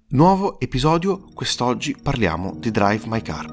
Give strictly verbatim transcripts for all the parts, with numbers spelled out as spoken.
Nuovo episodio, quest'oggi parliamo di Drive My Car.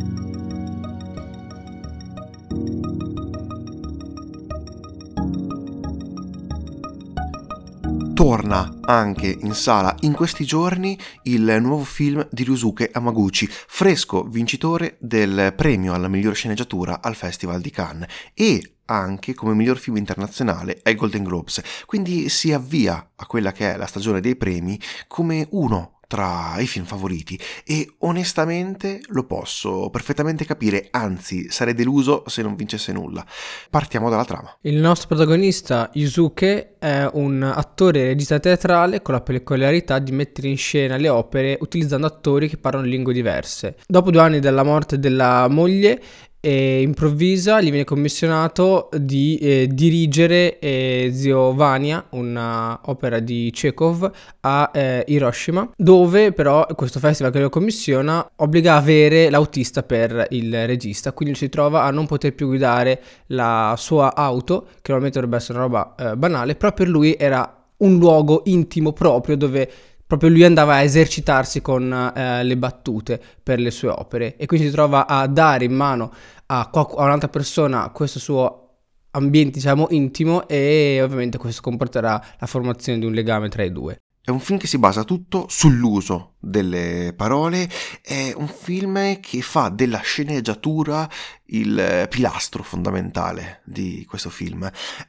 Torna anche in sala in questi giorni il nuovo film di Ryusuke Hamaguchi, fresco vincitore del premio alla miglior sceneggiatura al Festival di Cannes e anche come miglior film internazionale ai Golden Globes, quindi si avvia a quella che è la stagione dei premi come uno tra i film favoriti e onestamente lo posso perfettamente capire, anzi sarei deluso se non vincesse nulla. Partiamo dalla trama. Il nostro protagonista Yusuke è un attore e regista teatrale con la peculiarità di mettere in scena le opere utilizzando attori che parlano lingue diverse. Dopo due anni dalla morte della moglie, e improvvisa gli viene commissionato di eh, dirigere eh, Zio Vania, un'opera di Chekhov a eh, Hiroshima, dove però questo festival che lo commissiona obbliga a avere l'autista per il regista, quindi si trova a non poter più guidare la sua auto, che normalmente dovrebbe essere una roba eh, banale, però per lui era un luogo intimo proprio dove proprio lui andava a esercitarsi con eh, le battute per le sue opere e quindi si trova a dare in mano a, qualc- a un'altra persona questo suo ambiente, diciamo, intimo, e ovviamente questo comporterà la formazione di un legame tra i due. È un film che si basa tutto sull'uso delle parole, è un film che fa della sceneggiatura il pilastro fondamentale di questo film.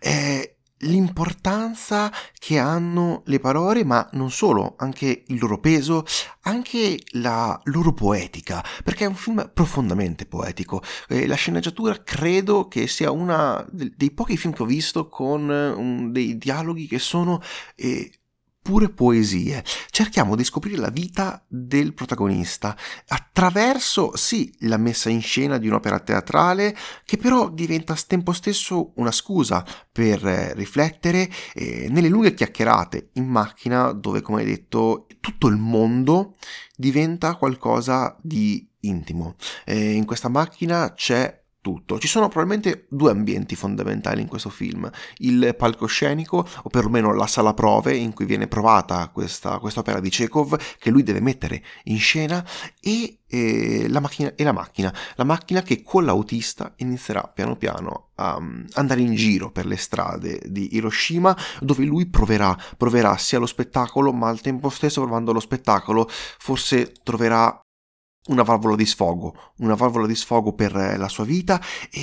È l'importanza che hanno le parole, ma non solo, anche il loro peso, anche la loro poetica, perché è un film profondamente poetico. Eh, la sceneggiatura credo che sia una dei pochi film che ho visto con um, dei dialoghi che sono eh, pure poesie. Cerchiamo di scoprire la vita del protagonista attraverso, sì, la messa in scena di un'opera teatrale che però diventa a tempo stesso una scusa per eh, riflettere eh, nelle lunghe chiacchierate in macchina dove, come hai detto, tutto il mondo diventa qualcosa di intimo. Eh, in questa macchina c'è tutto. Ci sono probabilmente due ambienti fondamentali in questo film: il palcoscenico, o perlomeno la sala prove in cui viene provata questa opera di Chekhov che lui deve mettere in scena, e, e, la macchina, e la macchina la macchina che con l'autista inizierà piano piano a um, andare in giro per le strade di Hiroshima, dove lui proverà proverà sia lo spettacolo, ma al tempo stesso, provando lo spettacolo, forse troverà una valvola di sfogo, una valvola di sfogo per la sua vita.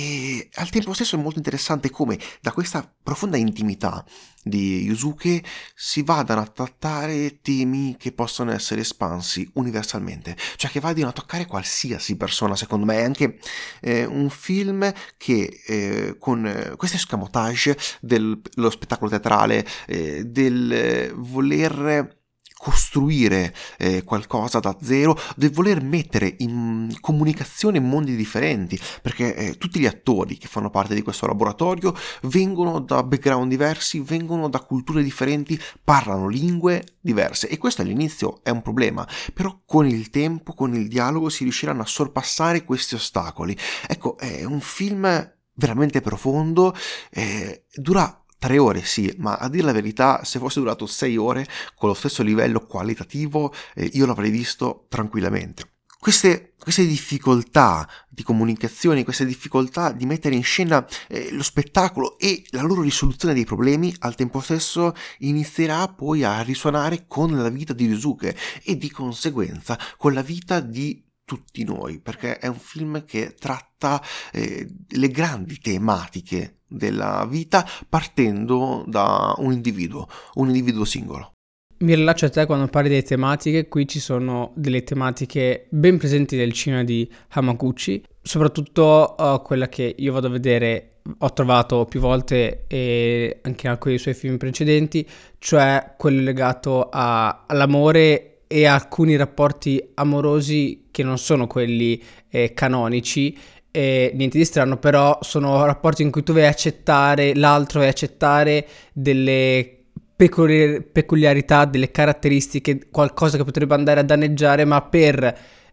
E al tempo stesso è molto interessante come da questa profonda intimità di Yusuke si vadano a trattare temi che possono essere espansi universalmente, cioè che vadano a toccare qualsiasi persona. Secondo me è anche eh, un film che eh, con eh, questo escamotage dello spettacolo teatrale, eh, del eh, voler costruire eh, qualcosa da zero, del voler mettere in comunicazione mondi differenti, perché eh, tutti gli attori che fanno parte di questo laboratorio vengono da background diversi, vengono da culture differenti, parlano lingue diverse, e questo all'inizio è un problema, però con il tempo, con il dialogo, si riusciranno a sorpassare questi ostacoli. Ecco, è un film veramente profondo, eh, dura tre ore sì, ma a dire la verità, se fosse durato sei ore con lo stesso livello qualitativo, eh, io l'avrei visto tranquillamente. Queste, queste difficoltà di comunicazione, queste difficoltà di mettere in scena eh, lo spettacolo e la loro risoluzione dei problemi, al tempo stesso inizierà poi a risuonare con la vita di Ryusuke e di conseguenza con la vita di tutti noi, perché è un film che tratta eh, le grandi tematiche della vita partendo da un individuo, un individuo singolo. Mi rilaccio a te quando parli delle tematiche. Qui ci sono delle tematiche ben presenti nel cinema di Hamaguchi, soprattutto uh, quella che io vado a vedere, ho trovato più volte e anche in alcuni dei suoi film precedenti, cioè quello legato a, all'amore e a alcuni rapporti amorosi che non sono quelli eh, canonici. E niente di strano, però sono rapporti in cui tu vai a accettare l'altro, vai a accettare delle peculiar- peculiarità, delle caratteristiche, qualcosa che potrebbe andare a danneggiare, ma per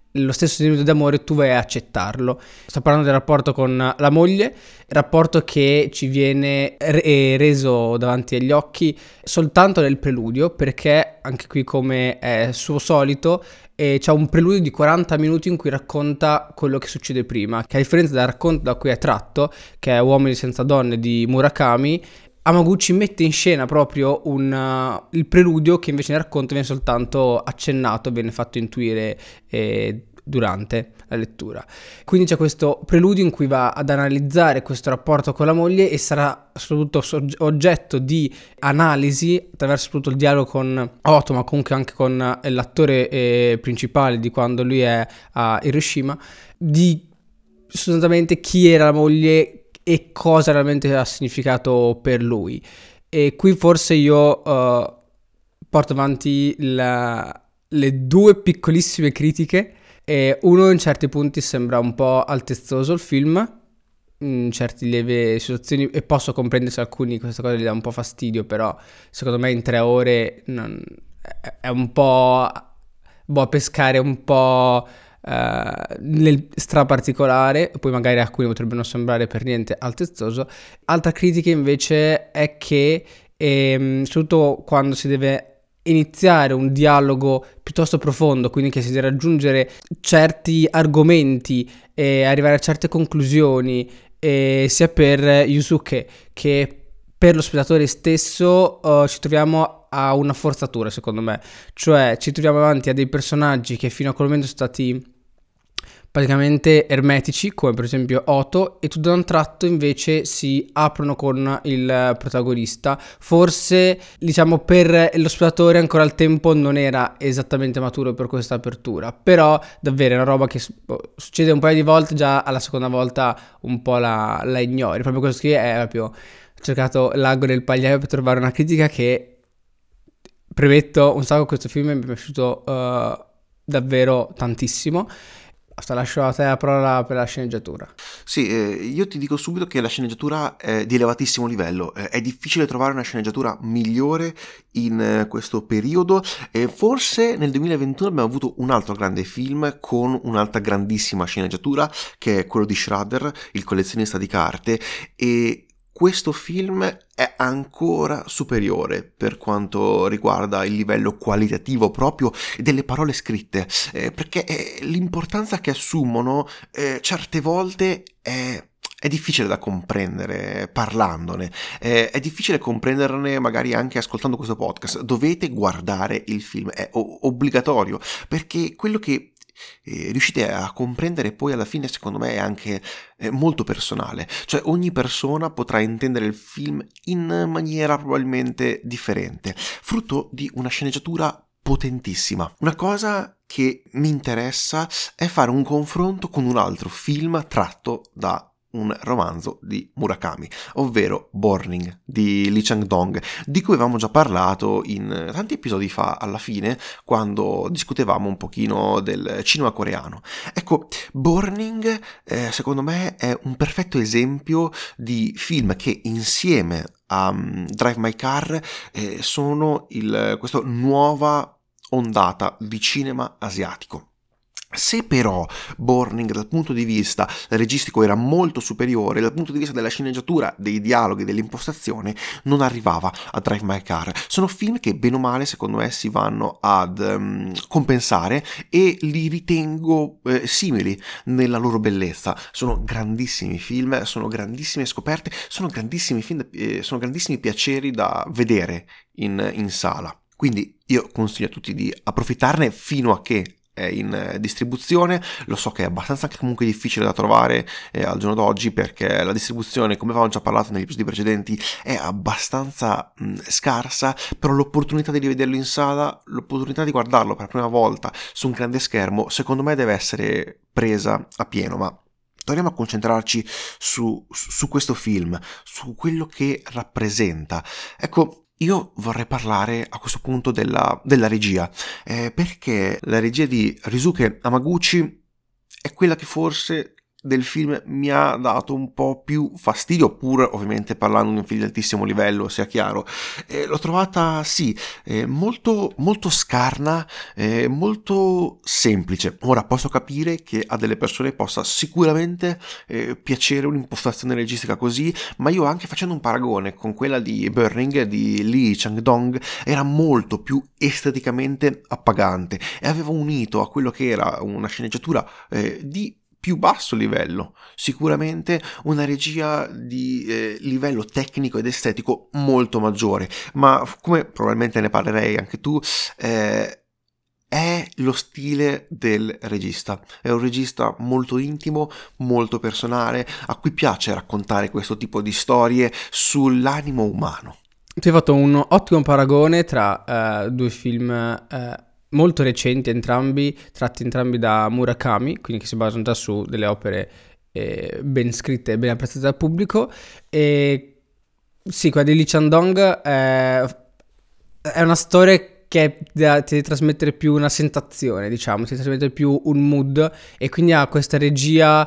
lo stesso sentimento d'amore tu vai a accettarlo. Sto parlando del rapporto con la moglie, il rapporto che ci viene re- reso davanti agli occhi soltanto nel preludio, perché anche qui, come è suo solito, eh, c'è un preludio di quaranta minuti in cui racconta quello che succede prima, che a differenza del racconto da cui è tratto, che è Uomini senza donne di Murakami, Hamaguchi mette in scena proprio un, uh, il preludio che invece nel racconto viene soltanto accennato, viene fatto intuire eh, durante la lettura. Quindi c'è questo preludio in cui va ad analizzare questo rapporto con la moglie e sarà soprattutto sogge- oggetto di analisi attraverso soprattutto il dialogo con Otto, ma comunque anche con eh, l'attore eh, principale di quando lui è a Hiroshima, di sostanzialmente chi era la moglie e cosa realmente ha significato per lui. E qui forse io uh, porto avanti la, le due piccolissime critiche. E uno, in certi punti sembra un po' altezzoso il film, in certe lieve situazioni, e posso comprendere se alcuni questa cosa gli dà un po' fastidio, però secondo me in tre ore non, è un po' boh, a pescare un po' Uh, nel stra particolare, poi magari a alcuni potrebbero non sembrare per niente altezzoso. Altra critica invece è che ehm, soprattutto quando si deve iniziare un dialogo piuttosto profondo, quindi che si deve raggiungere certi argomenti e arrivare a certe conclusioni, e sia per Yusuke che per lo spettatore stesso, uh, ci troviamo a una forzatura, secondo me. Cioè ci troviamo davanti a dei personaggi che fino a quel momento sono stati praticamente ermetici, come per esempio Otto, e tutto da un tratto invece si aprono con il protagonista. Forse, diciamo, per lo spettatore ancora il tempo non era esattamente maturo per questa apertura, però davvero è una roba che succede un paio di volte, già alla seconda volta un po' la, la ignori. Proprio questo qui è proprio, ho cercato l'ago del pagliaio per trovare una critica che, premetto, un sacco questo film mi è piaciuto uh, davvero tantissimo. Basta, lascio a te la parola per la sceneggiatura. Sì, eh, io ti dico subito che la sceneggiatura è di elevatissimo livello, eh, è difficile trovare una sceneggiatura migliore in eh, questo periodo, e forse nel duemilaventuno abbiamo avuto un altro grande film con un'altra grandissima sceneggiatura, che è quello di Schrader, il collezionista di carte, e questo film è ancora superiore per quanto riguarda il livello qualitativo proprio delle parole scritte, eh, perché eh, l'importanza che assumono eh, certe volte è... È difficile da comprendere parlandone, eh, è difficile comprenderne magari anche ascoltando questo podcast. Dovete guardare il film, è o- obbligatorio, perché quello che eh, riuscite a comprendere poi alla fine, secondo me, è anche eh, molto personale. Cioè ogni persona potrà intendere il film in maniera probabilmente differente, frutto di una sceneggiatura potentissima. Una cosa che mi interessa è fare un confronto con un altro film tratto da un romanzo di Murakami, ovvero Burning di Lee Chang-dong, di cui avevamo già parlato in tanti episodi fa, alla fine, quando discutevamo un pochino del cinema coreano. Ecco, Burning eh, secondo me è un perfetto esempio di film che insieme a um, Drive My Car eh, sono il, questa nuova ondata di cinema asiatico. Se però Burning dal punto di vista registico era molto superiore, dal punto di vista della sceneggiatura, dei dialoghi, dell'impostazione, non arrivava a Drive My Car. Sono film che bene o male secondo me si vanno ad um, compensare, e li ritengo eh, simili nella loro bellezza. Sono grandissimi film, sono grandissime scoperte, sono grandissimi film, eh, sono grandissimi piaceri da vedere in, in sala. Quindi io consiglio a tutti di approfittarne fino a che in distribuzione. Lo so che è abbastanza anche comunque difficile da trovare eh, al giorno d'oggi, perché la distribuzione, come avevamo già parlato negli episodi precedenti, è abbastanza mh, scarsa, però l'opportunità di rivederlo in sala, l'opportunità di guardarlo per la prima volta su un grande schermo, secondo me deve essere presa a pieno. Ma torniamo a concentrarci su, su questo film, su quello che rappresenta. Ecco, io vorrei parlare a questo punto della, della regia, eh, perché la regia di Ryusuke Hamaguchi è quella che forse del film mi ha dato un po' più fastidio, pur ovviamente parlando di un film di altissimo livello, sia chiaro. Eh, l'ho trovata, sì, eh, molto, molto scarna, eh, molto semplice. Ora, posso capire che a delle persone possa sicuramente eh, piacere un'impostazione registica così, ma io, anche facendo un paragone con quella di Burning di Lee Chang-dong, era molto più esteticamente appagante e aveva unito a quello che era una sceneggiatura eh, di più basso livello, sicuramente una regia di eh, livello tecnico ed estetico molto maggiore, ma come probabilmente ne parlerei anche tu, eh, è lo stile del regista. È un regista molto intimo, molto personale, a cui piace raccontare questo tipo di storie sull'animo umano. Ti hai fatto un ottimo paragone tra uh, due film uh, molto recenti, entrambi tratti entrambi da Murakami, quindi che si basano già su delle opere eh, ben scritte e ben apprezzate dal pubblico. E sì, quella di Lee Chandong è, è una storia che ti deve trasmettere più una sensazione, diciamo, ti trasmette più un mood, e quindi ha questa regia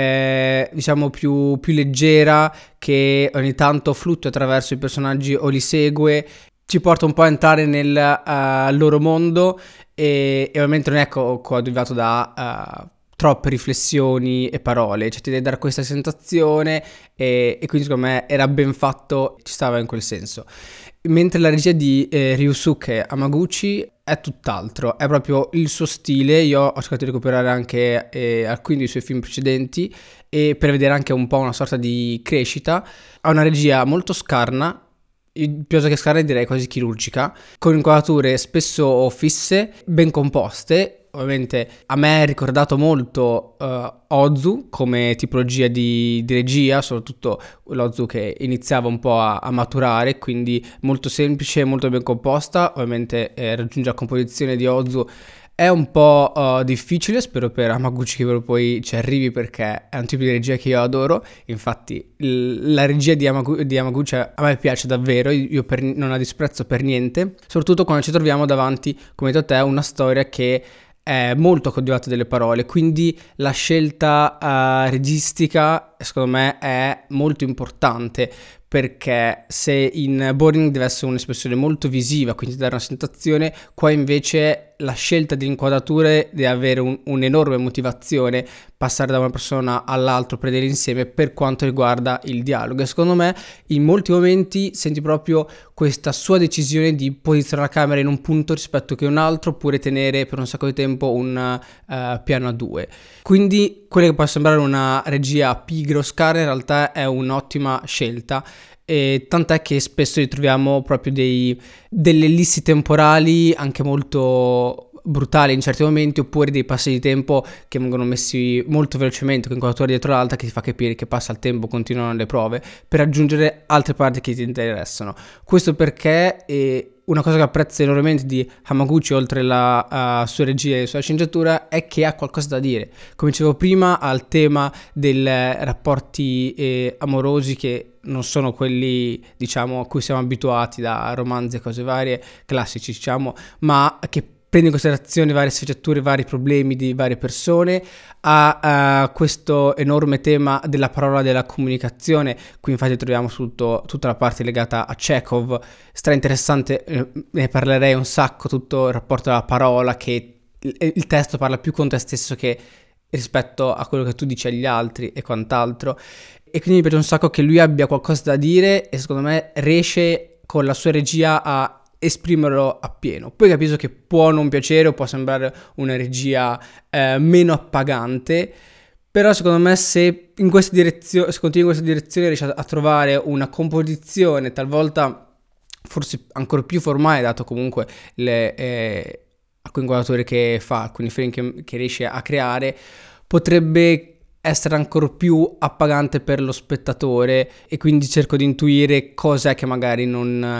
eh, diciamo più, più leggera, che ogni tanto fluttua attraverso i personaggi o li segue, ci porta un po' a entrare nel uh, loro mondo, e, e ovviamente non è co- coadiuvato da uh, troppe riflessioni e parole, cioè ti deve dare questa sensazione, e, e quindi secondo me era ben fatto, ci stava in quel senso. Mentre la regia di eh, Ryusuke Hamaguchi è tutt'altro, è proprio il suo stile. Io ho cercato di recuperare anche eh, alcuni dei suoi film precedenti, e per vedere anche un po' una sorta di crescita. Ha una regia molto scarna, piuttosto che scarna direi quasi chirurgica, con inquadrature spesso fisse, ben composte. Ovviamente a me è ricordato molto uh, Ozu come tipologia di, di regia, soprattutto l'Ozu che iniziava un po' a, a maturare, quindi molto semplice, molto ben composta. Ovviamente eh, raggiungere la composizione di Ozu è un po' uh, difficile, spero per Hamaguchi che poi ci arrivi, perché è un tipo di regia che io adoro. Infatti l- la regia di, Hamagu- di Hamaguchi a me piace davvero, io per, non la disprezzo per niente, soprattutto quando ci troviamo davanti, come hai detto te, una storia che è molto coadiuvata delle parole, quindi la scelta uh, registica secondo me è molto importante, perché se in Boring deve essere un'espressione molto visiva, quindi dare una sensazione, qua invece la scelta di inquadrature deve avere un, un'enorme motivazione, passare da una persona all'altra, prendere insieme per quanto riguarda il dialogo. E secondo me in molti momenti senti proprio questa sua decisione di posizionare la camera in un punto rispetto che un altro, oppure tenere per un sacco di tempo un uh, piano a due. Quindi quella che può sembrare una regia pigra o scarna in realtà è un'ottima scelta, e tant'è che spesso ritroviamo proprio dei, delle ellissi temporali anche molto brutali in certi momenti, oppure dei passi di tempo che vengono messi molto velocemente con inquadratura dietro l'altra, che ti fa capire che passa il tempo, continuano le prove per raggiungere altre parti che ti interessano. Questo perché eh, una cosa che apprezzo enormemente di Hamaguchi, oltre la uh, sua regia e la sua sceneggiatura, è che ha qualcosa da dire. Come dicevo prima, al tema dei rapporti eh, amorosi, che non sono quelli, diciamo, a cui siamo abituati da romanzi e cose varie, classici, diciamo, ma che prende in considerazione varie sfaccettature, vari problemi di varie persone. Ha uh, questo enorme tema della parola, della comunicazione. Qui infatti troviamo tutto, tutta la parte legata a Chekhov, stra interessante, eh, ne parlerei un sacco, tutto il rapporto alla parola, che il, il testo parla più con te stesso che rispetto a quello che tu dici agli altri e quant'altro. E quindi mi piace un sacco che lui abbia qualcosa da dire, e secondo me riesce con la sua regia a esprimerlo appieno. Poi capisco che può non piacere o può sembrare una regia eh, meno appagante, però secondo me se in questa direzione, se continui in questa direzione, riesci a trovare una composizione talvolta forse ancora più formale, dato comunque le eh, alcune inquadrature che fa, alcuni frame che, che riesce a creare, potrebbe essere ancora più appagante per lo spettatore, e quindi cerco di intuire cos'è che magari non,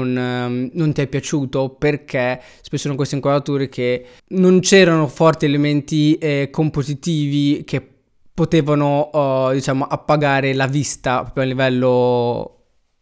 non, non ti è piaciuto, perché spesso sono queste inquadrature che non c'erano forti elementi eh, compositivi che potevano uh, diciamo appagare la vista proprio a livello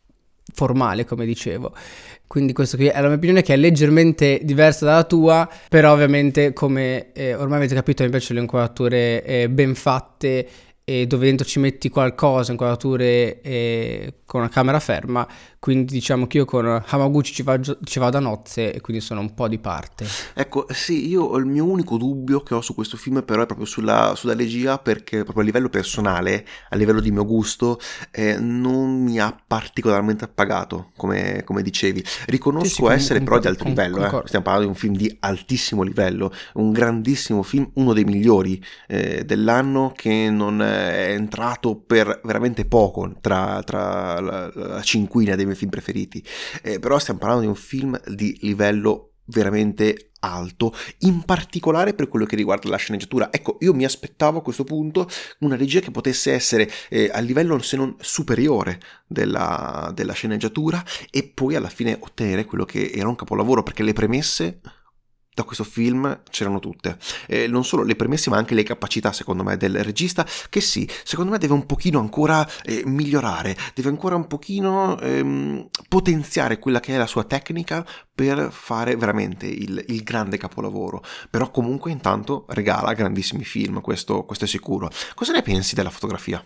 formale, come dicevo. Quindi questo qui è la mia opinione, che è leggermente diversa dalla tua, però ovviamente come eh, ormai avete capito mi piacciono le inquadrature eh, ben fatte e dove dentro ci metti qualcosa, inquadrature e con una camera ferma, quindi diciamo che io con Hamaguchi ci, va, ci vado a nozze e quindi sono un po' di parte. Ecco, sì, io il mio unico dubbio che ho su questo film però è proprio sulla, sulla regia, perché proprio a livello personale, a livello di mio gusto, eh, non mi ha particolarmente appagato, come, come dicevi. Riconosco Sì, sì, essere con- però di con- alto con- livello, eh. concordo. Stiamo parlando di un film di altissimo livello, un grandissimo film, uno dei migliori eh, dell'anno, che non è entrato per veramente poco tra, tra la, la cinquina dei miei film preferiti, eh, però stiamo parlando di un film di livello veramente alto, in particolare per quello che riguarda la sceneggiatura. Ecco, io mi aspettavo a questo punto una regia che potesse essere eh, a livello se non superiore della, della sceneggiatura, e poi alla fine ottenere quello che era un capolavoro, perché le premesse da questo film c'erano tutte, eh, non solo le premesse ma anche le capacità, secondo me, del regista, che sì, secondo me deve un pochino ancora eh, migliorare, deve ancora un pochino ehm, potenziare quella che è la sua tecnica per fare veramente il, il grande capolavoro, però comunque intanto regala grandissimi film, questo, questo è sicuro. Cosa ne pensi della fotografia?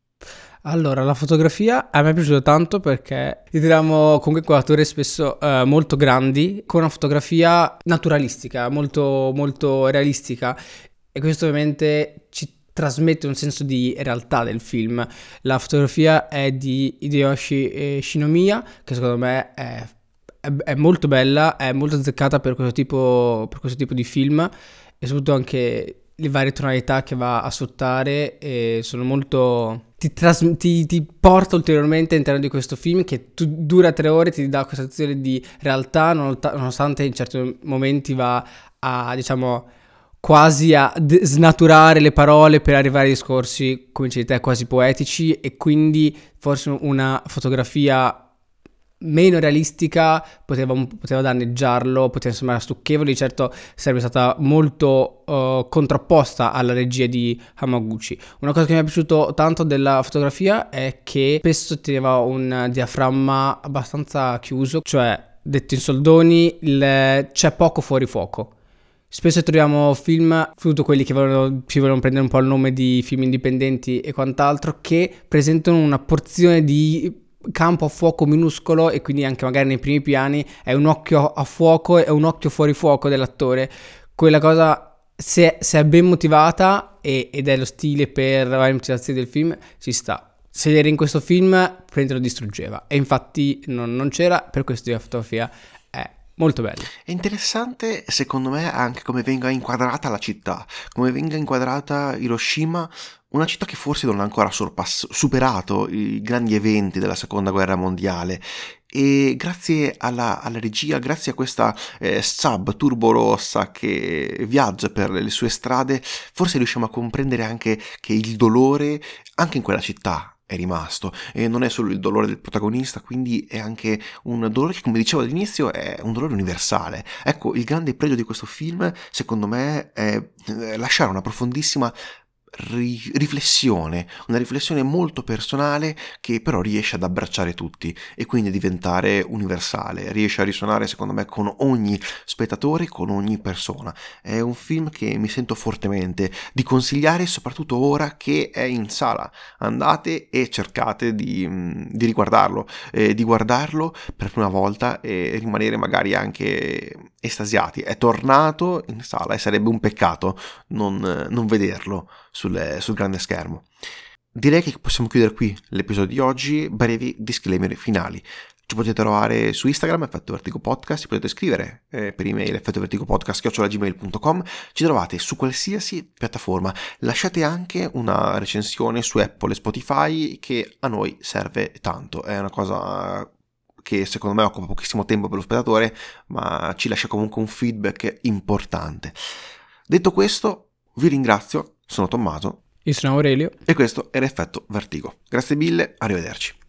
Allora, la fotografia a me è piaciuta tanto perché ritiriamo comunque inquadrature spesso eh, molto grandi, con una fotografia naturalistica, molto, molto realistica, e questo ovviamente ci trasmette un senso di realtà del film. La fotografia è di Hideyoshi eh, Shinomiya, che secondo me è, è- è molto bella, è molto azzeccata per questo tipo, per questo tipo di film, e soprattutto anche le varie tonalità che va a sfruttare e sono molto ti, tras- ti, ti porta ulteriormente all'interno di questo film che tu- dura tre ore, ti dà questa sensazione di realtà, nonot- nonostante in certi momenti va a, diciamo, quasi a d- snaturare le parole per arrivare a discorsi, come dicevi te, quasi poetici, e quindi forse una fotografia meno realistica poteva, poteva danneggiarlo, poteva sembrare stucchevole. Di certo sarebbe stata molto uh, contrapposta alla regia di Hamaguchi. Una cosa che mi è piaciuto tanto della fotografia è che spesso teneva un diaframma abbastanza chiuso, cioè, detto in soldoni, il, c'è poco fuori fuoco. Spesso troviamo film, soprattutto quelli che vogliono, ci vogliono prendere un po' il nome di film indipendenti e quant'altro, che presentano una porzione di campo a fuoco minuscolo, e quindi anche magari nei primi piani è un occhio a fuoco e un occhio fuori fuoco dell'attore. Quella cosa, se, se è ben motivata e, ed è lo stile per la motivazione del film, ci sta. Se era in questo film, praticamente lo distruggeva, e infatti non, non c'era. Per questo la fotografia è molto bella. È interessante, secondo me, anche come venga inquadrata la città, come venga inquadrata Hiroshima, una città che forse non ha ancora sorpass- superato i grandi eventi della seconda guerra mondiale. E grazie alla, alla regia, grazie a questa eh, sub turbo rossa che viaggia per le sue strade, forse riusciamo a comprendere anche che il dolore, anche in quella città, è rimasto, e non è solo il dolore del protagonista, quindi è anche un dolore che, come dicevo all'inizio, è un dolore universale. Ecco, il grande pregio di questo film, secondo me, è lasciare una profondissima ri- riflessione, una riflessione molto personale, che però riesce ad abbracciare tutti e quindi diventare universale, riesce a risuonare, secondo me, con ogni spettatore, con ogni persona. È un film che mi sento fortemente di consigliare, soprattutto ora che è in sala. Andate e cercate di, di riguardarlo, eh, di guardarlo per prima volta e rimanere magari anche estasiati. È tornato in sala e sarebbe un peccato non, non vederlo sul, sul grande schermo. Direi che possiamo chiudere qui l'episodio di oggi. Brevi disclaimer finali. Ci potete trovare su Instagram, Effetto Vertigo Podcast, ci potete scrivere eh, per email effettovertigopodcast chiocciola gmail punto com, ci trovate su qualsiasi piattaforma. Lasciate anche una recensione su Apple e Spotify, che a noi serve tanto, è una cosa che secondo me occupa pochissimo tempo per lo spettatore, ma ci lascia comunque un feedback importante. Detto questo, vi ringrazio, sono Tommaso. Io sono Aurelio. E questo era Effetto Vertigo. Grazie mille, arrivederci.